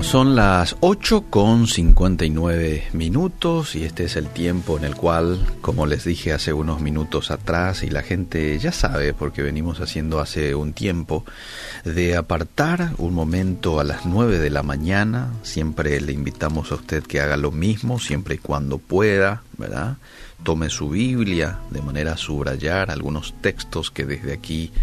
Bueno, son las 8:59 y este es el tiempo en el cual, como les dije hace unos minutos atrás, y la gente ya sabe porque venimos haciendo hace un tiempo, de apartar un momento a las 9 de la mañana. Siempre le invitamos a usted que haga lo mismo, siempre y cuando pueda, ¿verdad? Tome su Biblia de manera a subrayar algunos textos que desde aquí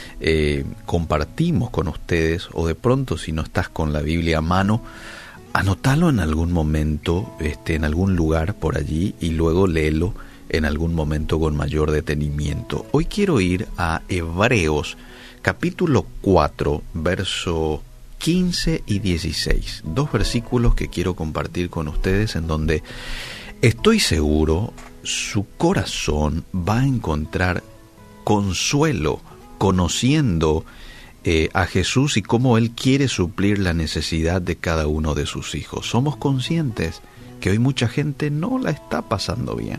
compartimos con ustedes, o de pronto si no estás con la Biblia a mano, anótalo en algún momento, en algún lugar por allí, y luego léelo en algún momento con mayor detenimiento. Hoy quiero ir a Hebreos capítulo 4, verso 15 y 16, dos versículos que quiero compartir con ustedes en donde estoy seguro su corazón va a encontrar consuelo conociendo a Jesús y cómo Él quiere suplir la necesidad de cada uno de sus hijos. Somos conscientes que hoy mucha gente no la está pasando bien.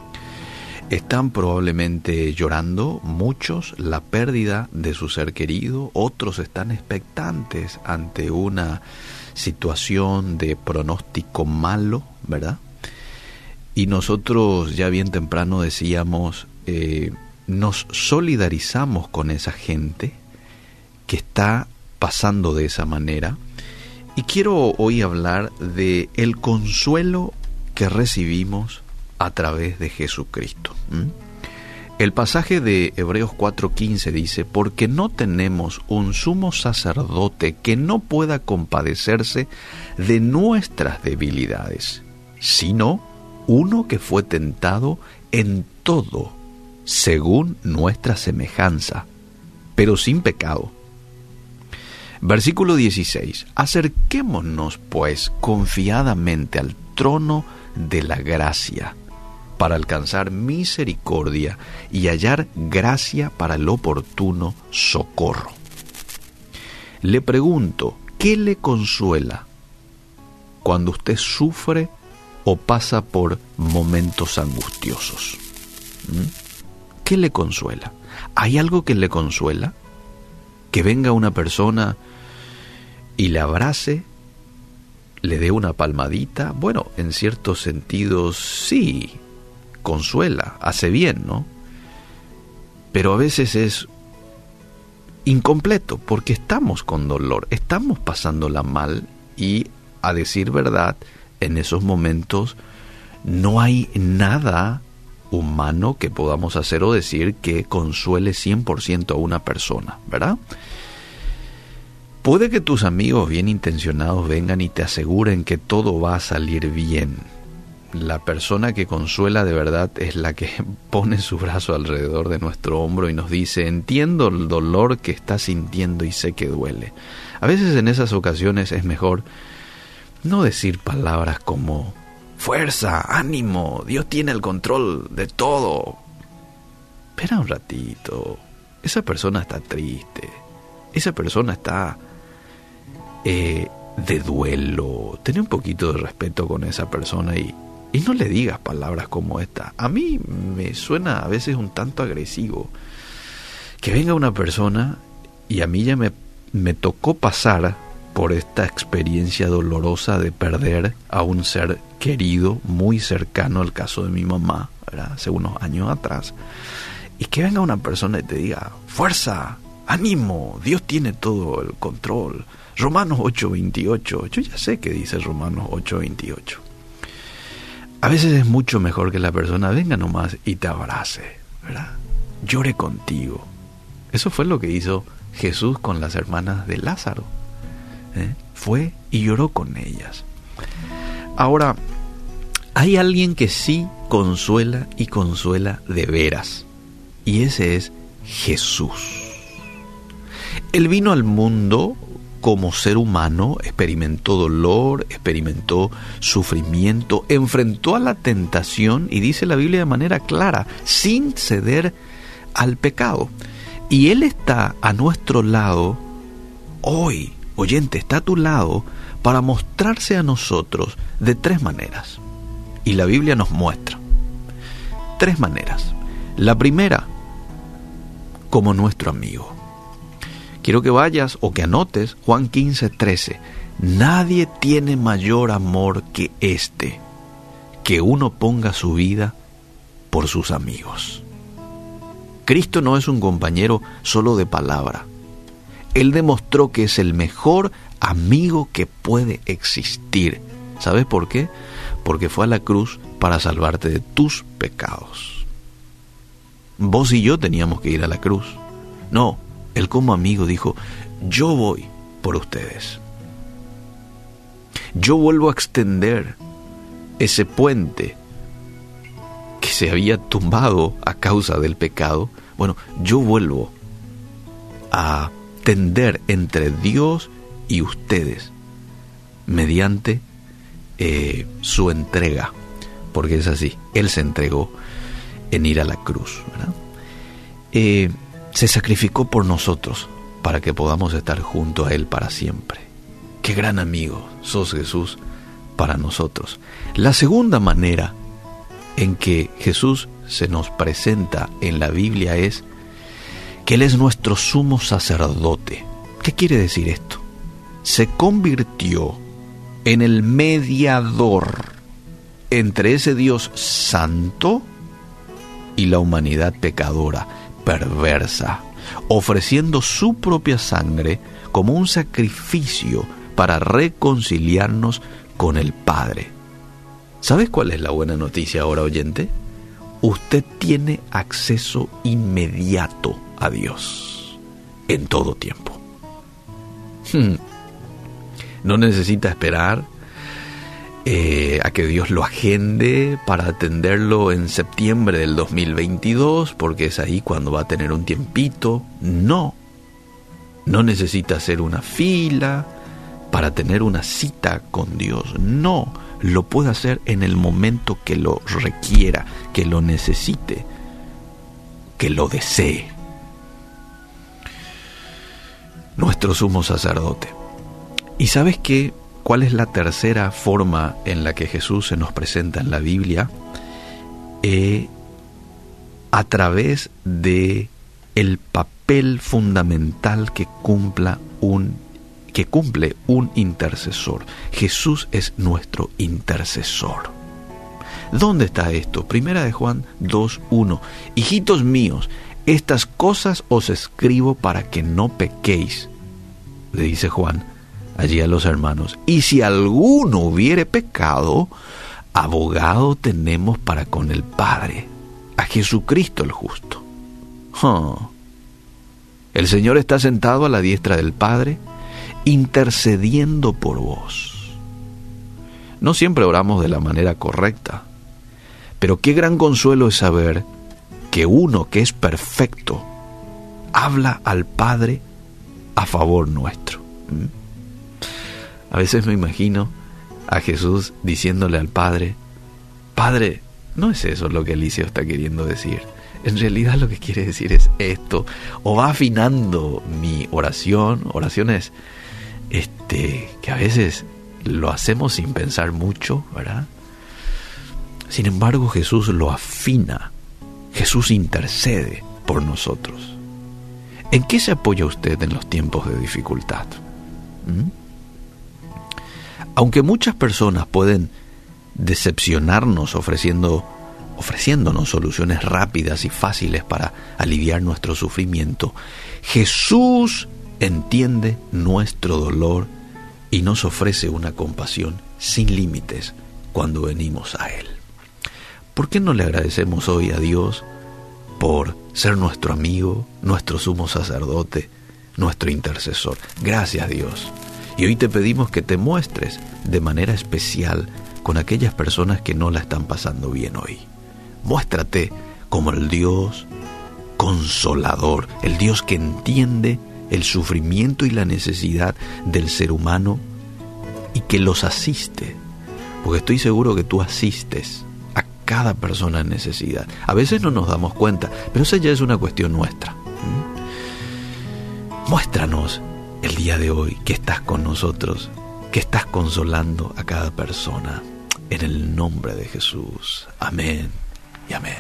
Están probablemente llorando, muchos, la pérdida de su ser querido, otros están expectantes ante una situación de pronóstico malo, ¿verdad? Y nosotros ya bien temprano decíamos, nos solidarizamos con esa gente que está pasando de esa manera, y quiero hoy hablar de el consuelo que recibimos a través de Jesucristo. El pasaje de Hebreos 4:15 dice: porque no tenemos un sumo sacerdote que no pueda compadecerse de nuestras debilidades, sino uno que fue tentado en todo según nuestra semejanza, pero sin pecado. Versículo 16. Acerquémonos, pues, confiadamente al trono de la gracia, para alcanzar misericordia y hallar gracia para el oportuno socorro. Le pregunto, ¿qué le consuela cuando usted sufre o pasa por momentos angustiosos? ¿Qué le consuela? ¿Hay algo que le consuela? Que venga una persona y le abrace, le dé una palmadita. Bueno, en ciertos sentidos sí, consuela, hace bien, ¿no? Pero a veces es incompleto porque estamos con dolor, estamos pasándola mal, y a decir verdad, en esos momentos no hay nada humano que podamos hacer o decir que consuele 100% a una persona, ¿verdad? Puede que tus amigos bien intencionados vengan y te aseguren que todo va a salir bien. La persona que consuela de verdad es la que pone su brazo alrededor de nuestro hombro y nos dice: entiendo el dolor que estás sintiendo y sé que duele. A veces en esas ocasiones es mejor no decir palabras como fuerza, ánimo, Dios tiene el control de todo. Espera un ratito, esa persona está triste, esa persona está de duelo. Ten un poquito de respeto con esa persona y no le digas palabras como esta. A mí me suena a veces un tanto agresivo que venga una persona, y a mí ya me tocó pasar por esta experiencia dolorosa de perder a un ser querido, muy cercano, el caso de mi mamá, ¿verdad? Hace unos años atrás, y que venga una persona y te diga: fuerza, ánimo, Dios tiene todo el control. Romanos 8:28, yo ya sé que dice Romanos 8:28. A veces es mucho mejor que la persona venga nomás y te abrace, ¿verdad? Llore contigo. Eso fue lo que hizo Jesús con las hermanas de Lázaro. Fue y lloró con ellas. Ahora, hay alguien que sí consuela, y consuela de veras, y ese es Jesús. Él vino al mundo como ser humano, experimentó dolor, experimentó sufrimiento, enfrentó a la tentación, y dice la Biblia de manera clara, sin ceder al pecado. Y Él está a nuestro lado hoy. Oyente, está a tu lado para mostrarse a nosotros de tres maneras. Y la Biblia nos muestra tres maneras. La primera, como nuestro amigo. Quiero que vayas o que anotes Juan 15:13. Nadie tiene mayor amor que este, que uno ponga su vida por sus amigos. Cristo no es un compañero solo de palabra. Él demostró que es el mejor amigo que puede existir. ¿Sabes por qué? Porque fue a la cruz para salvarte de tus pecados. Vos y yo teníamos que ir a la cruz. No, Él como amigo dijo, yo voy por ustedes. Yo vuelvo a extender ese puente que se había tumbado a causa del pecado. Bueno, yo vuelvo a tender entre Dios y ustedes mediante su entrega, porque es así, Él se entregó en ir a la cruz, ¿verdad? Se sacrificó por nosotros para que podamos estar junto a Él para siempre. Qué gran amigo sos, Jesús, para nosotros. La segunda manera en que Jesús se nos presenta en la Biblia es que Él es nuestro sumo sacerdote. ¿Qué quiere decir esto? Se convirtió en el mediador entre ese Dios santo y la humanidad pecadora, perversa, ofreciendo su propia sangre como un sacrificio para reconciliarnos con el Padre. ¿Sabes cuál es la buena noticia ahora, oyente? Usted tiene acceso inmediato a Dios en todo tiempo. No necesita esperar a que Dios lo agende para atenderlo en septiembre del 2022, porque es ahí cuando va a tener un tiempito. No necesita hacer una fila para tener una cita con Dios. No, lo puede hacer en el momento que lo requiera, que lo necesite, que lo desee. Nuestro sumo sacerdote. ¿Y sabes qué? ¿Cuál es la tercera forma en la que Jesús se nos presenta en la Biblia? A través de el papel fundamental que cumple un intercesor. Jesús es nuestro intercesor. ¿Dónde está esto? Primera de Juan 2:1. Hijitos míos, estas cosas os escribo para que no pequéis, le dice Juan allí a los hermanos. Y si alguno hubiere pecado, abogado tenemos para con el Padre, a Jesucristo el justo. El Señor está sentado a la diestra del Padre, intercediendo por vos. No siempre oramos de la manera correcta, pero qué gran consuelo es saber que uno que es perfecto habla al Padre a favor nuestro. A veces me imagino a Jesús diciéndole al Padre, Padre, no es eso lo que Eliseo está queriendo decir. En realidad lo que quiere decir es esto. O va afinando mi oraciones que a veces lo hacemos sin pensar mucho, ¿verdad? Sin embargo, Jesús lo afina. Jesús intercede por nosotros. ¿En qué se apoya usted en los tiempos de dificultad? Aunque muchas personas pueden decepcionarnos ofreciéndonos soluciones rápidas y fáciles para aliviar nuestro sufrimiento, Jesús entiende nuestro dolor y nos ofrece una compasión sin límites cuando venimos a Él. ¿Por qué no le agradecemos hoy a Dios por ser nuestro amigo, nuestro sumo sacerdote, nuestro intercesor? Gracias, Dios. Y hoy te pedimos que te muestres de manera especial con aquellas personas que no la están pasando bien hoy. Muéstrate como el Dios consolador, el Dios que entiende el sufrimiento y la necesidad del ser humano y que los asiste, porque estoy seguro que tú asistes a cada persona en necesidad. A veces no nos damos cuenta, pero esa ya es una cuestión nuestra. Muéstranos el día de hoy que estás con nosotros, que estás consolando a cada persona, en el nombre de Jesús. Amén y amén.